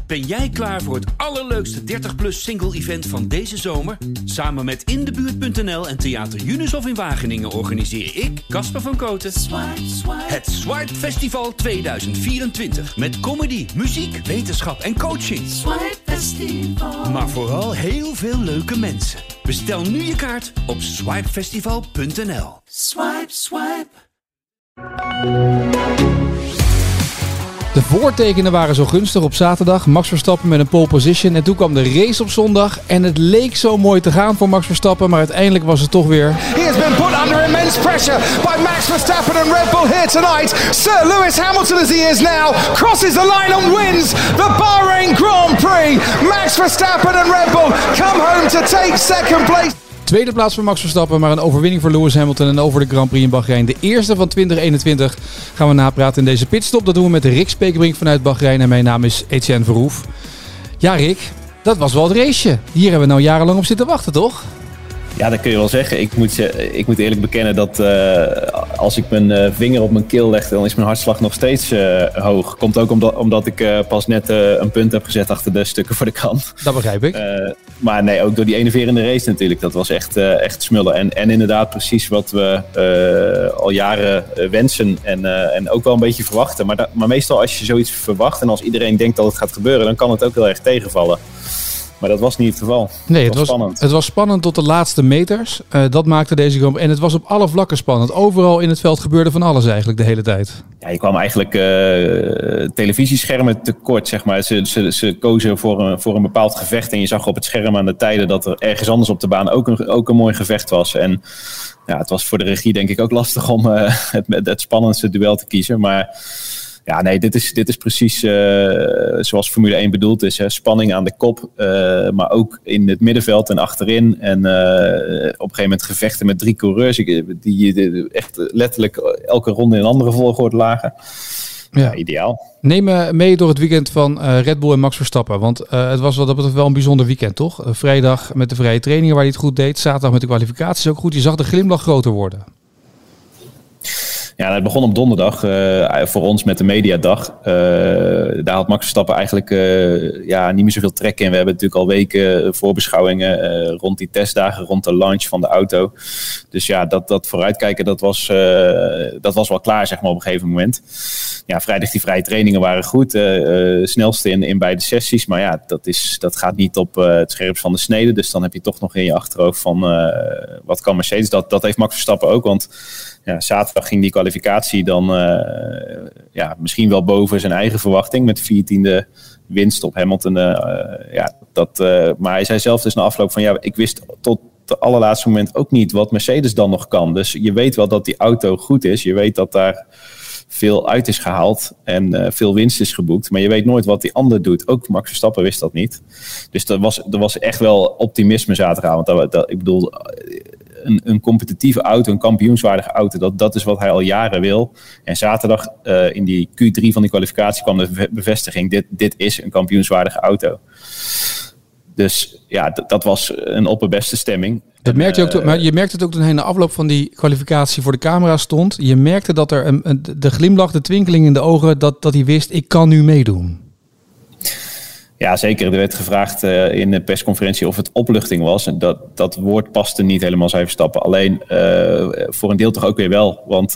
Ben jij klaar voor het allerleukste 30-plus single-event van deze zomer? Samen met Indebuurt.nl en Theater Junushof in Wageningen organiseer ik, Casper van Kooten, het Swipe Festival 2024. Met comedy, muziek, wetenschap en coaching. Swipe Festival. Maar vooral heel veel leuke mensen. Bestel nu je kaart op swipefestival.nl. Swipe, swipe. De voortekenen waren zo gunstig op zaterdag. Max Verstappen met een pole position. En toen kwam de race op zondag. En het leek zo mooi te gaan voor Max Verstappen. Maar uiteindelijk was het toch weer... He has been put under immense pressure by Max Verstappen and Red Bull here tonight. Sir Lewis Hamilton, as he is now, crosses the line and wins the Bahrain Grand Prix. Max Verstappen and Red Bull come home to take second place. Tweede plaats voor Max Verstappen, maar een overwinning voor Lewis Hamilton en over de Grand Prix in Bahrein. De eerste van 2021 gaan we napraten in deze pitstop. Dat doen we met Rick Spekerbrink vanuit Bahrein en mijn naam is Etienne Verhoef. Ja Rick, dat was wel het raceje. Hier hebben we nou jarenlang op zitten wachten, toch? Ja, dat kun je wel zeggen. Ik moet eerlijk bekennen dat als ik mijn vinger op mijn keel leg, dan is mijn hartslag nog steeds hoog. Komt ook omdat ik pas net een punt heb gezet achter de stukken voor de kant. Dat begrijp ik. Maar nee, ook door die enerverende race natuurlijk. Dat was echt smullen. En inderdaad precies wat we al jaren wensen en ook wel een beetje verwachten. Maar meestal als je zoiets verwacht en als iedereen denkt dat het gaat gebeuren, dan kan het ook heel erg tegenvallen. Maar dat was niet het geval. Nee, het was spannend tot de laatste meters. Dat maakte deze Grand Prix. En het was op alle vlakken spannend. Overal in het veld gebeurde van alles eigenlijk de hele tijd. Ja, je kwam eigenlijk televisieschermen tekort, zeg maar. Ze kozen voor een bepaald gevecht. En je zag op het scherm aan de tijden dat er ergens anders op de baan ook een mooi gevecht was. En ja, het was voor de regie denk ik ook lastig om het spannendste duel te kiezen. Maar... ja, nee, dit is precies zoals Formule 1 bedoeld is. Hè. Spanning aan de kop, maar ook in het middenveld en achterin. En op een gegeven moment gevechten met 3 coureurs die echt letterlijk elke ronde in een andere volgorde lagen. Ja, ideaal. Neem me mee door het weekend van Red Bull en Max Verstappen. Want het was wat dat betreft wel een bijzonder weekend, toch? Vrijdag met de vrije trainingen waar hij het goed deed. Zaterdag met de kwalificaties ook goed. Je zag de glimlach groter worden. Ja, het begon op donderdag voor ons met de mediadag. Daar had Max Verstappen eigenlijk niet meer zoveel trek in. We hebben natuurlijk al weken voorbeschouwingen rond die testdagen, rond de launch van de auto. Dus ja, dat vooruitkijken, dat was wel klaar, zeg maar, op een gegeven moment. Ja, vrijdag die vrije trainingen waren goed. Snelste in beide sessies. Maar ja, dat gaat niet op het scherpst van de snede. Dus dan heb je toch nog in je achterhoofd van wat kan Mercedes. Dat heeft Max Verstappen ook, want... ja, zaterdag ging die kwalificatie dan misschien wel boven zijn eigen verwachting met 14e winst op Hamilton. Maar hij zei zelf dus na afloop van ik wist tot het allerlaatste moment ook niet wat Mercedes dan nog kan. Dus je weet wel dat die auto goed is. Je weet dat daar veel uit is gehaald en veel winst is geboekt. Maar je weet nooit wat die ander doet. Ook Max Verstappen wist dat niet. Dus er was echt wel optimisme zaterdagavond. Ik bedoel... Een competitieve auto, een kampioenswaardige auto, dat is wat hij al jaren wil. En zaterdag in die Q3 van die kwalificatie kwam de bevestiging, dit is een kampioenswaardige auto. Dus ja, dat was een opperbeste stemming. Dat merkte je ook, maar je merkte het ook toen hij na afloop van die kwalificatie voor de camera stond. Je merkte dat er de glimlach, de twinkeling in de ogen, dat hij wist, ik kan nu meedoen. Ja, zeker. Er werd gevraagd in de persconferentie of het opluchting was. En dat woord paste niet helemaal, zei Verstappen. Alleen voor een deel toch ook weer wel. Want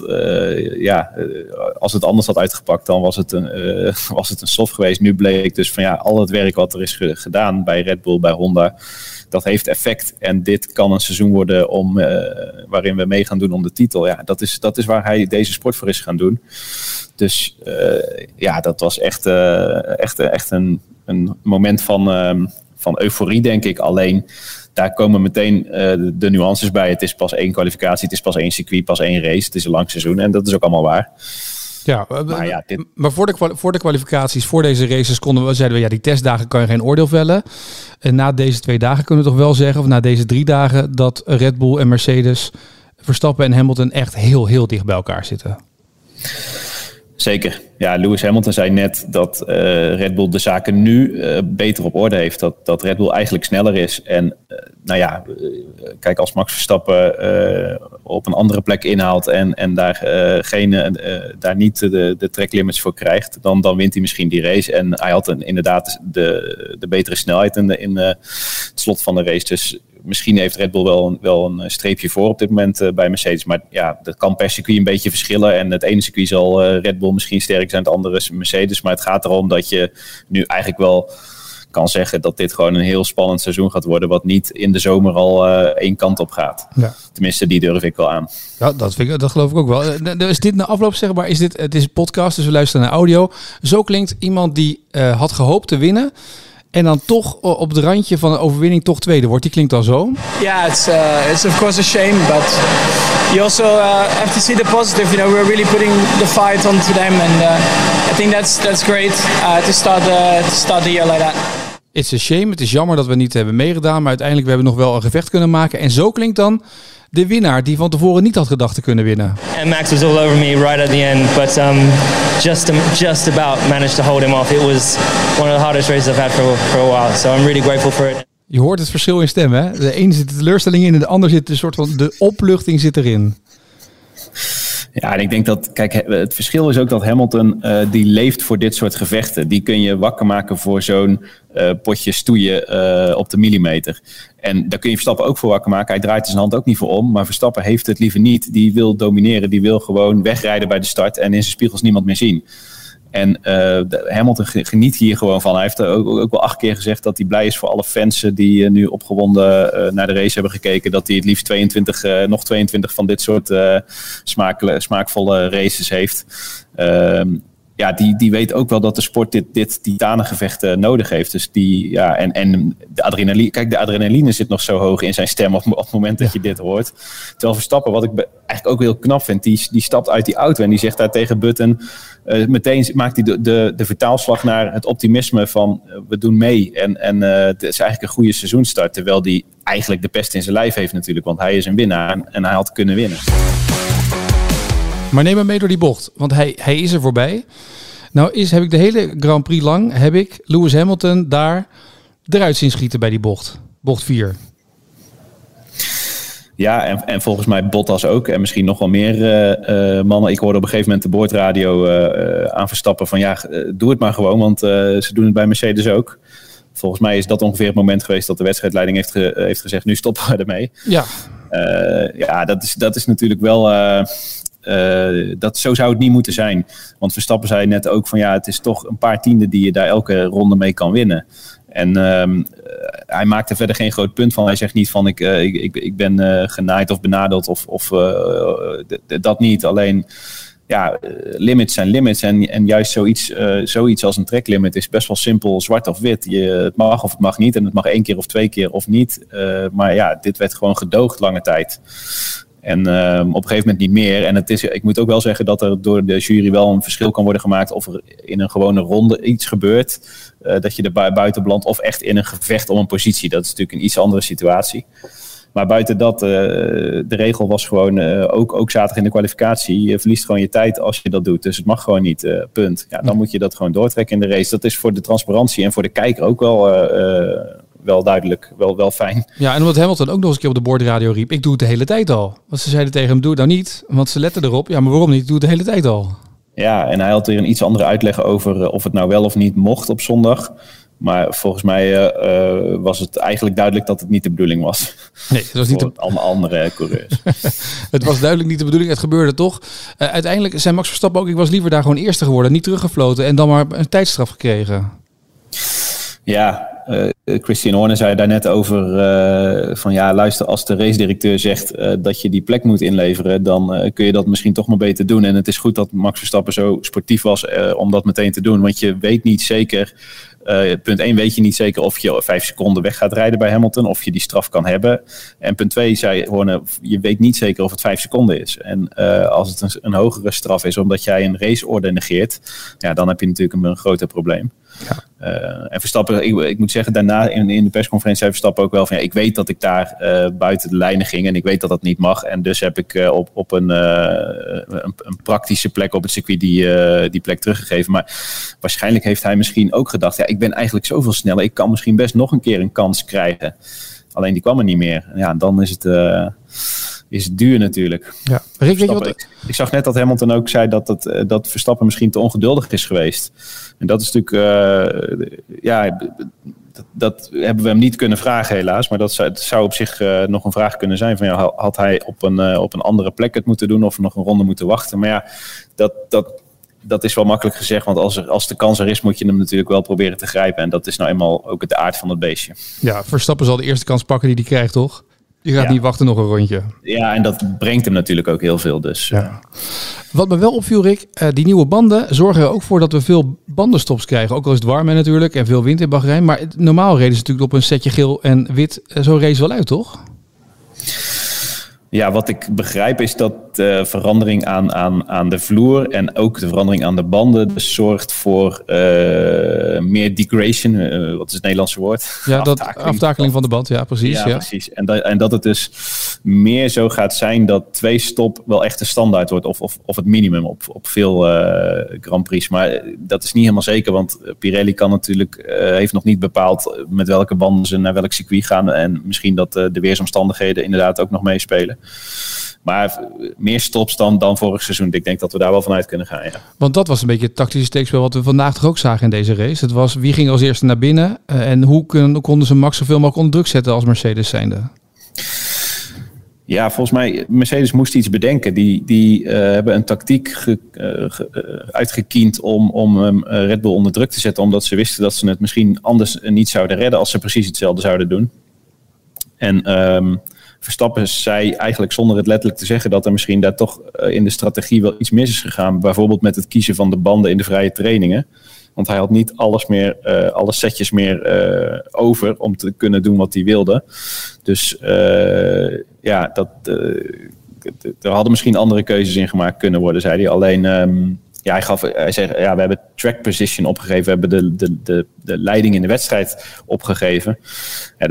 als het anders had uitgepakt, dan was het een soft geweest. Nu bleek dus van al het werk wat er is gedaan bij Red Bull, bij Honda, dat heeft effect. En dit kan een seizoen worden waarin we mee gaan doen om de titel. Ja, dat is waar hij deze sport voor is gaan doen. Dus dat was echt een moment van euforie, denk ik. Alleen, daar komen meteen de nuances bij. Het is pas 1 kwalificatie, het is pas 1 circuit, pas 1 race. Het is een lang seizoen en dat is ook allemaal waar. Ja, maar voor de kwalificaties, voor deze races zeiden we, die testdagen kan je geen oordeel vellen. En na deze 2 dagen kunnen we toch wel zeggen, of na deze 3 dagen, dat Red Bull en Mercedes, Verstappen en Hamilton echt heel, heel dicht bij elkaar zitten. Zeker. Ja, Lewis Hamilton zei net dat Red Bull de zaken nu beter op orde heeft. Dat Red Bull eigenlijk sneller is. En kijk, als Max Verstappen op een andere plek inhaalt en daar niet de tracklimits voor krijgt, dan wint hij misschien die race. En hij had inderdaad de betere snelheid in het slot van de race. Dus misschien heeft Red Bull wel een streepje voor op dit moment bij Mercedes. Maar ja, dat kan per circuit een beetje verschillen. En het ene circuit zal Red Bull misschien sterk zijn, het andere is Mercedes. Maar het gaat erom dat je nu eigenlijk wel kan zeggen dat dit gewoon een heel spannend seizoen gaat worden, wat niet in de zomer al één kant op gaat. Ja. Tenminste, die durf ik wel aan. Ja, dat geloof ik ook wel. Is dit na afloop zegbaar? Het is een podcast, dus we luisteren naar audio. Zo klinkt iemand die had gehoopt te winnen en dan toch op het randje van een overwinning toch tweede wordt. Die klinkt dan zo. Yeah, it's of course a shame, but you also have to see the positive. You know, we're really putting the fight onto them, and I think that's great to start the year like that. It's a shame. Het is jammer dat we niet hebben meegedaan, maar uiteindelijk we hebben nog wel een gevecht kunnen maken. En zo klinkt dan de winnaar die van tevoren niet had gedacht te kunnen winnen. And Max was all over me right at the end, but just about managed to hold him off. It was one of the hardest races I've had for a while, so I'm really grateful for it. Je hoort het verschil in stem, hè? De ene zit de teleurstelling in en de ander zit een soort van de opluchting zit erin. Ja, en ik denk dat, kijk, het verschil is ook dat Hamilton die leeft voor dit soort gevechten. Die kun je wakker maken voor zo'n potje stoeien op de millimeter. En daar kun je Verstappen ook voor wakker maken. Hij draait zijn hand ook niet voor om, maar Verstappen heeft het liever niet. Die wil domineren, die wil gewoon wegrijden bij de start en in zijn spiegels niemand meer zien. En Hamilton geniet hier gewoon van. Hij heeft ook wel 8 keer gezegd dat hij blij is voor alle fans die nu opgewonden naar de race hebben gekeken. Dat hij het liefst 22 van dit soort smaakvolle races heeft. Die weet ook wel dat de sport dit titanengevecht nodig heeft. Dus en de adrenaline. Kijk, de adrenaline zit nog zo hoog in zijn stem op het moment dat je dit hoort. Terwijl Verstappen, wat ik eigenlijk ook heel knap vind, die stapt uit die auto en die zegt daar tegen Button, meteen maakt hij de vertaalslag naar het optimisme van we doen mee. En het is eigenlijk een goede seizoenstart, terwijl die eigenlijk de pest in zijn lijf heeft natuurlijk, want hij is een winnaar en hij had kunnen winnen. Maar neem hem mee door die bocht, want hij is er voorbij. Nou heb ik de hele Grand Prix lang, Lewis Hamilton daar eruit zien schieten bij die bocht. Bocht 4. Ja, en volgens mij Bottas ook. En misschien nog wel meer mannen. Ik hoorde op een gegeven moment de boordradio aan Verstappen van doe het maar gewoon, want ze doen het bij Mercedes ook. Volgens mij is dat ongeveer het moment geweest dat de wedstrijdleiding heeft gezegd, nu stoppen we ermee. Ja. Dat is natuurlijk wel zo zou het niet moeten zijn. Want Verstappen zei net ook van het is toch een paar tienden die je daar elke ronde mee kan winnen. En hij maakt er verder geen groot punt van. Hij zegt niet van ik ben genaaid of benadeeld of dat niet. Alleen limits zijn limits. En juist zoiets als een tracklimit is best wel simpel zwart of wit. Het mag of het mag niet. En het mag 1 keer of 2 keer of niet. Maar dit werd gewoon gedoogd lange tijd. En op een gegeven moment niet meer. En ik moet ook wel zeggen dat er door de jury wel een verschil kan worden gemaakt of er in een gewone ronde iets gebeurt. Dat je er buiten belandt of echt in een gevecht om een positie. Dat is natuurlijk een iets andere situatie. Maar buiten dat, de regel was gewoon, ook zaterdag in de kwalificatie, je verliest gewoon je tijd als je dat doet. Dus het mag gewoon niet, punt. Ja, dan moet je dat gewoon doortrekken in de race. Dat is voor de transparantie en voor de kijker ook wel duidelijk, wel fijn. Ja, en omdat Hamilton ook nog eens een keer op de boordradio riep, ik doe het de hele tijd al. Want ze zeiden tegen hem, doe het nou niet, want ze letten erop. Ja, maar waarom niet? Ik doe het de hele tijd al. Ja, en hij had weer een iets andere uitleg over of het nou wel of niet mocht op zondag. Maar volgens mij was het eigenlijk duidelijk dat het niet de bedoeling was. Nee, het was niet allemaal andere coureurs. Het was duidelijk niet de bedoeling, het gebeurde toch. Uiteindelijk zei Max Verstappen ook, ik was liever daar gewoon eerste geworden, niet teruggefloten en dan maar een tijdstraf gekregen. Ja, Christian Horner zei daar net over luister, als de racedirecteur zegt dat je die plek moet inleveren, dan kun je dat misschien toch maar beter doen. En het is goed dat Max Verstappen zo sportief was om dat meteen te doen, want je weet niet zeker, punt 1 weet je niet zeker of je 5 seconden weg gaat rijden bij Hamilton, of je die straf kan hebben. En punt 2 zei Horner, je weet niet zeker of het 5 seconden is. En als het een hogere straf is omdat jij een raceorde negeert, dan heb je natuurlijk een groter probleem. Ja. En Verstappen, ik moet zeggen, daarna in de persconferentie zei Verstappen ook wel van... ik weet dat ik daar buiten de lijnen ging en ik weet dat dat niet mag. En dus heb ik op een praktische plek op het circuit die plek teruggegeven. Maar waarschijnlijk heeft hij misschien ook gedacht... ik ben eigenlijk zoveel sneller, ik kan misschien best nog een keer een kans krijgen. Alleen die kwam er niet meer. Ja, dan is het duur natuurlijk. Ja. Rick, weet je wat... Ik zag net dat Hamilton ook zei dat Verstappen misschien te ongeduldig is geweest. En dat is natuurlijk... dat hebben we hem niet kunnen vragen helaas. Maar dat zou op zich nog een vraag kunnen zijn. Van, had hij op een andere plek het moeten doen of nog een ronde moeten wachten? Maar ja, dat is wel makkelijk gezegd. Want als de kans er is, moet je hem natuurlijk wel proberen te grijpen. En dat is nou eenmaal ook het aard van het beestje. Ja, Verstappen zal de eerste kans pakken die hij krijgt, toch? Je gaat niet wachten nog een rondje. Ja, en dat brengt hem natuurlijk ook heel veel. Dus, ja. Wat me wel opviel, Rick, die nieuwe banden zorgen er ook voor dat we veel bandenstops krijgen. Ook al is het warm natuurlijk en veel wind in Bahrein. Maar normaal reden ze natuurlijk op een setje geel en wit zo'n race wel uit, toch? Ja, wat ik begrijp is dat de verandering aan de vloer en ook de verandering aan de banden dus zorgt voor meer degradation. Wat is het Nederlandse woord? Ja, aftakeling van de band, ja precies. Ja, precies. En dat het dus meer zo gaat zijn dat 2-stop wel echt de standaard wordt of het minimum op veel Grand Prix. Maar dat is niet helemaal zeker, want Pirelli heeft nog niet bepaald met welke banden ze naar welk circuit gaan. En misschien dat de weersomstandigheden inderdaad ook nog meespelen. Maar meer stops dan vorig seizoen. Ik denk dat we daar wel vanuit kunnen gaan. Ja. Want dat was een beetje het tactische steekspel wat we vandaag toch ook zagen in deze race. Het was wie ging als eerste naar binnen en hoe konden ze Max zoveel mogelijk onder druk zetten als Mercedes zijnde? Ja, volgens mij, Mercedes moest iets bedenken. Die hebben een tactiek uitgekiend om Red Bull onder druk te zetten. Omdat ze wisten dat ze het misschien anders niet zouden redden als ze precies hetzelfde zouden doen. En Verstappen zei eigenlijk zonder het letterlijk te zeggen dat er misschien daar toch in de strategie wel iets mis is gegaan. Bijvoorbeeld met het kiezen van de banden in de vrije trainingen. Want hij had niet alle setjes meer over om te kunnen doen wat hij wilde. Dus er hadden misschien andere keuzes in gemaakt kunnen worden, zei hij. Alleen, hij zei, we hebben track position opgegeven. We hebben de leiding in de wedstrijd opgegeven. Ja,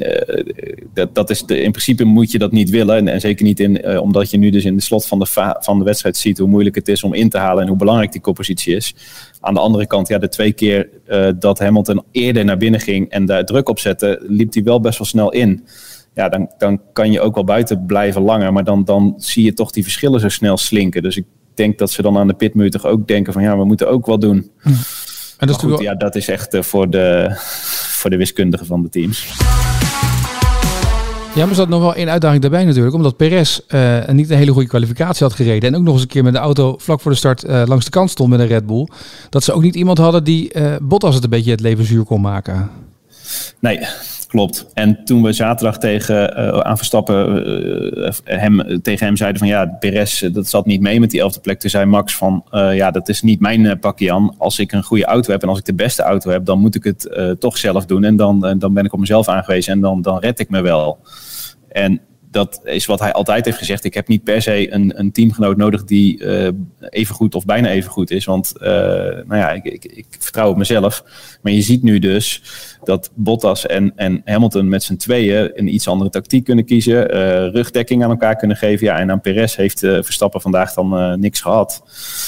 dat is in principe moet je dat niet willen. En zeker niet omdat je nu dus in de slot van de wedstrijd ziet hoe moeilijk het is om in te halen en hoe belangrijk die koppositie is. Aan de andere kant, de 2 keer dat Hamilton eerder naar binnen ging en daar druk op zette, liep hij wel best wel snel in. Ja, dan kan je ook wel buiten blijven langer. Maar dan zie je toch die verschillen zo snel slinken. Dus ik denk dat ze dan aan de pitmuur toch ook denken van we moeten ook wat doen. En dat, dat is echt voor de wiskundigen van de teams. Ja, maar er zat nog wel één uitdaging daarbij natuurlijk. Omdat Perez niet een hele goede kwalificatie had gereden. En ook nog eens een keer met de auto vlak voor de start langs de kant stond met een Red Bull. Dat ze ook niet iemand hadden die Bottas het een beetje het leven zuur kon maken. Nee, klopt. En toen we zaterdag aan Verstappen tegen hem zeiden van Perez, dat zat niet mee met die 11e plek. Toen zei Max van dat is niet mijn pakje aan. Als ik een goede auto heb en als ik de beste auto heb, dan moet ik het toch zelf doen. En dan ben ik op mezelf aangewezen en dan red ik me wel. En dat is wat hij altijd heeft gezegd. Ik heb niet per se een teamgenoot nodig die even goed of bijna even goed is. Want ik vertrouw op mezelf. Maar je ziet nu dus dat Bottas en Hamilton met z'n tweeën een iets andere tactiek kunnen kiezen. Rugdekking aan elkaar kunnen geven. Ja, en aan Perez heeft Verstappen vandaag dan niks gehad.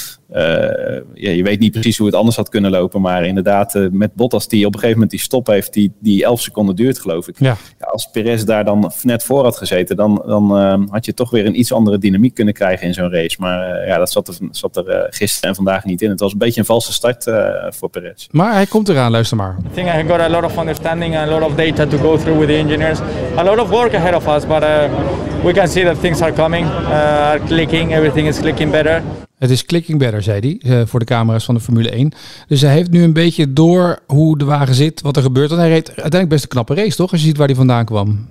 Je weet niet precies hoe het anders had kunnen lopen. Maar inderdaad, met Bottas die op een gegeven moment die stop heeft die 11 seconden duurt, geloof ik. Ja. Ja, als Perez daar dan net voor had gezeten, dan had je toch weer een iets andere dynamiek kunnen krijgen in zo'n race. Maar dat zat er gisteren en vandaag niet in. Het was een beetje een valse start voor Perez. Maar hij komt eraan, luister maar. I think I got a lot of understanding and a lot of data to go through with the engineers. A lot of work ahead of us, but we can see that things are coming, are clicking, everything is clicking better. Het is clicking better, zei hij, voor de camera's van de Formule 1. Dus hij heeft nu een beetje door hoe de wagen zit, wat er gebeurt. Want hij reed uiteindelijk best een knappe race, toch? Als je ziet waar hij vandaan kwam.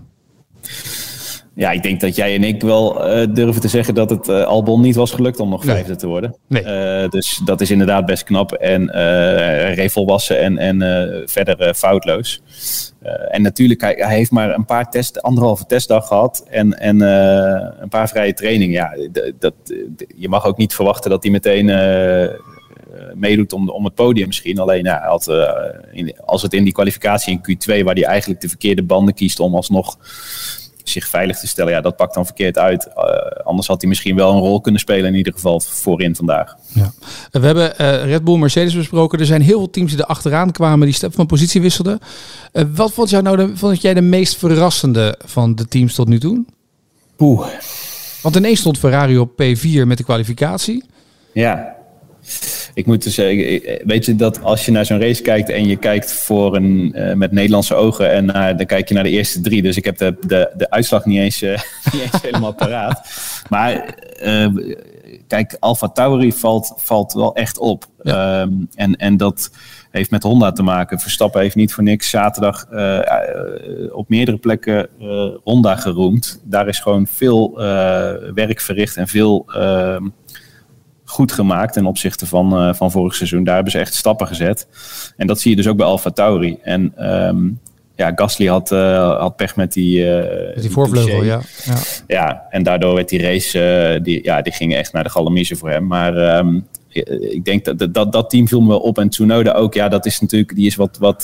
Ja, ik denk dat jij en ik wel durven te zeggen dat het Albon niet was gelukt om nog vijfde te worden. Nee. Dus dat is inderdaad best knap. En reed volwassen en verder foutloos. En natuurlijk, hij heeft maar anderhalve testdag gehad en een paar vrije trainingen. Ja, je mag ook niet verwachten dat hij meteen meedoet om het podium misschien. Alleen als het in die kwalificatie in Q2, waar hij eigenlijk de verkeerde banden kiest om alsnog zich veilig te stellen, ja, dat pakt dan verkeerd uit. Anders had hij misschien wel een rol kunnen spelen, in ieder geval voorin vandaag. Ja. We hebben Red Bull, Mercedes besproken. Er zijn heel veel teams die er achteraan kwamen, die step van positie wisselden. Wat vond jij de meest verrassende van de teams tot nu toe? Want ineens stond Ferrari op P4 met de kwalificatie. Ja. Ik moet dus zeggen, weet je dat als je naar zo'n race kijkt en je kijkt met Nederlandse ogen en dan kijk je naar de eerste 3. Dus ik heb de uitslag niet eens helemaal paraat. Maar kijk, AlphaTauri valt wel echt op. Ja. En dat heeft met Honda te maken. Verstappen heeft niet voor niks zaterdag op meerdere plekken Honda geroemd. Daar is gewoon veel werk verricht en veel goed gemaakt ten opzichte van vorig seizoen. Daar hebben ze echt stappen gezet. En dat zie je dus ook bij AlphaTauri. En Gasly had pech met die voorvleugel, ja, en daardoor werd die race, die ging echt naar de galamieze voor hem. Maar ik denk dat team viel me wel op. En Tsunoda ook, ja, dat is natuurlijk, die is wat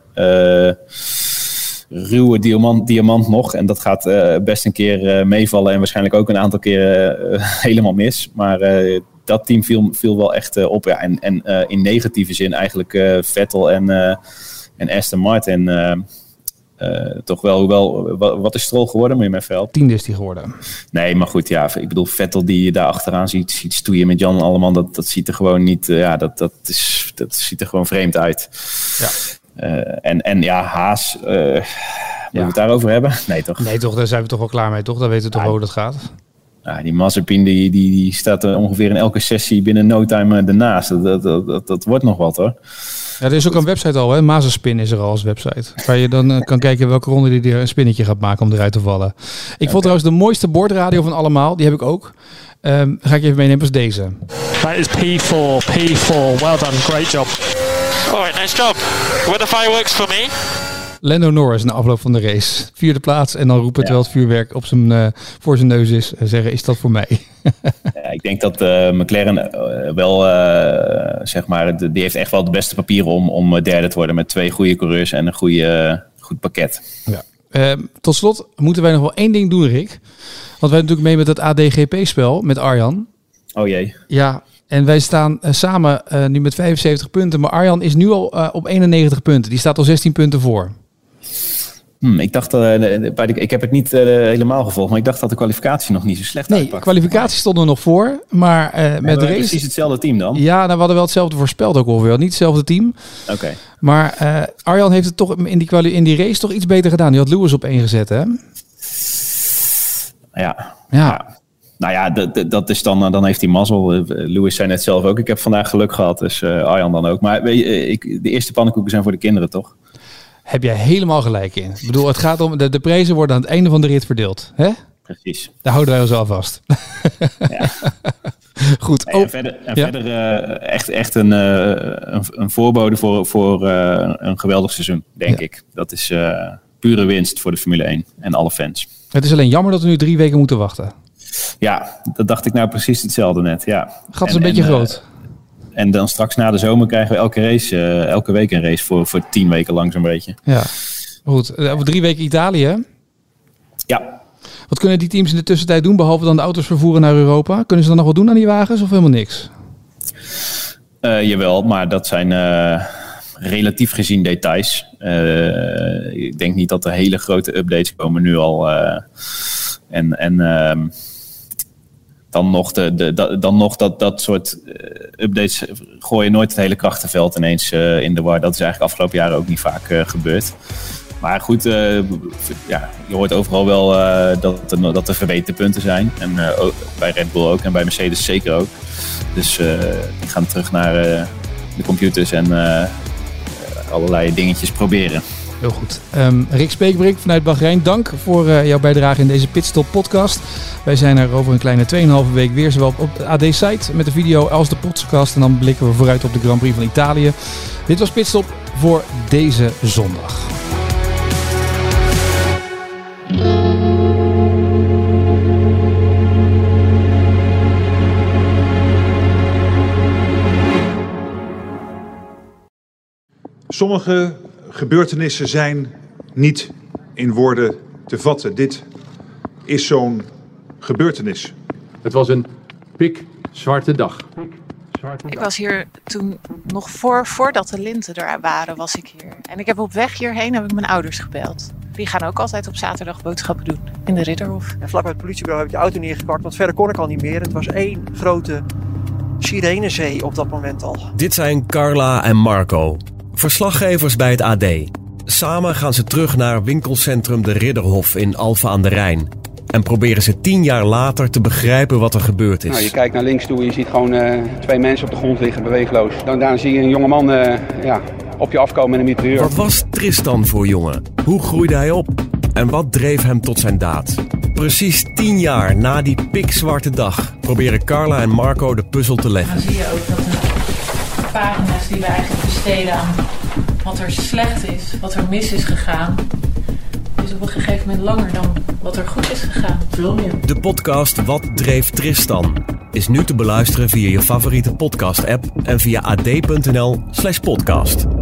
ruwe diamant nog. En dat gaat best een keer meevallen en waarschijnlijk ook een aantal keer helemaal mis. Maar dat team viel wel echt op. Ja. En in negatieve zin eigenlijk Vettel en Aston Martin toch wel, hoewel, wat is Stroll geworden? Moet je me even 10e is die geworden. Nee, maar goed, ja, ik bedoel, Vettel die je daar achteraan ziet stoeien met Jan Alleman, dat ziet er gewoon niet, dat ziet er gewoon vreemd uit. Ja. En Haas, moeten we het daarover hebben? Nee, toch? Nee, toch, daar zijn we toch wel klaar mee, toch? Dan weten we toch hoe dat gaat. Ja, die Mazepin die staat ongeveer in elke sessie binnen no time ernaast. Dat wordt nog wat, hoor. Ja, er is ook een website al, hè? Mazespin is er al als website. Waar je dan kan kijken welke ronde die er een spinnetje gaat maken om eruit te vallen. Ik vond trouwens de mooiste bordradio van allemaal. Die heb ik ook. Ga ik even meenemen als deze. That is P4. Well done, great job. Alright, nice job. Were the fireworks for me? Lando Norris na afloop van de race. 4e plaats en dan roepen terwijl het vuurwerk voor zijn neus is. Zeggen, is dat voor mij? Ja, ik denk dat McLaren wel, zeg maar, die heeft echt wel de beste papieren om derde te worden. Met 2 goede coureurs en een goed pakket. Ja. Tot slot moeten wij nog wel 1 ding doen, Rick. Want wij doen natuurlijk mee met het ADGP-spel met Arjan. Oh jee. Ja, en wij staan samen nu met 75 punten. Maar Arjan is nu al op 91 punten. Die staat al 16 punten voor. Ik dacht, ik heb het niet helemaal gevolgd, maar ik dacht dat de kwalificatie nog niet zo slecht uitpakte. Nee, de kwalificatie stond er nog voor, maar met de race... precies hetzelfde team dan? Ja, nou, we hadden wel hetzelfde voorspeld ook ongeveer. Niet hetzelfde team. Oké. Maar Arjan heeft het toch in die race toch iets beter gedaan. Die had Lewis op 1 gezet, hè? Ja. Nou ja, dat is dan heeft hij mazzel. Lewis zei net zelf ook, ik heb vandaag geluk gehad, dus Arjan dan ook. Maar de eerste pannenkoeken zijn voor de kinderen, toch? Heb jij helemaal gelijk in. Ik bedoel, het gaat om, de prijzen worden aan het einde van de rit verdeeld. Hè? Precies. Daar houden wij ons al vast. Ja. Goed. En verder echt een voorbode voor een geweldig seizoen, denk ik. Dat is pure winst voor de Formule 1 en alle fans. Het is alleen jammer dat we nu 3 weken moeten wachten. Ja, dat dacht ik nou precies hetzelfde net. Ja. Het gat is een beetje groot. En dan straks na de zomer krijgen we elke week een race voor 10 weken lang zo'n beetje. Ja, goed. Over 3 weken Italië. Ja. Wat kunnen die teams in de tussentijd doen, behalve dan de auto's vervoeren naar Europa? Kunnen ze dan nog wat doen aan die wagens of helemaal niks? Jawel, maar dat zijn relatief gezien details. Ik denk niet dat er hele grote updates komen nu al. Dan nog dat soort updates gooien nooit het hele krachtenveld ineens in de war. Dat is eigenlijk afgelopen jaren ook niet vaak gebeurd. Maar goed, je hoort overal wel dat er verbeterpunten zijn. En bij Red Bull ook en bij Mercedes zeker ook. Dus die gaan terug naar de computers en allerlei dingetjes proberen. Heel goed. Rick Speekbrink vanuit Bahrein, dank voor jouw bijdrage in deze Pitstop podcast. Wij zijn er over een kleine 2,5 week weer, zowel op de AD-site met de video als de podcast. En dan blikken we vooruit op de Grand Prix van Italië. Dit was Pitstop voor deze zondag. Sommige gebeurtenissen zijn niet in woorden te vatten. Dit is zo'n gebeurtenis. Het was een pikzwarte dag. Ik was hier toen nog voordat de linten er waren, was ik hier. En ik heb op weg hierheen heb ik mijn ouders gebeld. Die gaan ook altijd op zaterdag boodschappen doen in de Ridderhof. En vlak bij het politiebureau heb ik de auto neergepakt, want verder kon ik al niet meer. Het was één grote sirenezee op dat moment al. Dit zijn Carla en Marco, verslaggevers bij het AD. Samen gaan ze terug naar winkelcentrum de Ridderhof in Alphen aan de Rijn. En proberen ze 10 jaar later te begrijpen wat er gebeurd is. Nou, je kijkt naar links toe en je ziet gewoon 2 mensen op de grond liggen, beweegloos. Daarna zie je een jongeman op je afkomen in een mitrailleur. Wat was Tristan voor jongen? Hoe groeide hij op? En wat dreef hem tot zijn daad? Precies 10 jaar na die pikzwarte dag proberen Carla en Marco de puzzel te leggen. Dan zie je ook dat de pagina's die we eigenlijk besteden aan wat er slecht is, wat er mis is gegaan, is op een gegeven moment langer dan wat er goed is gegaan. Veel meer. De podcast Wat dreef Tristan is nu te beluisteren via je favoriete podcast-app en via ad.nl/podcast.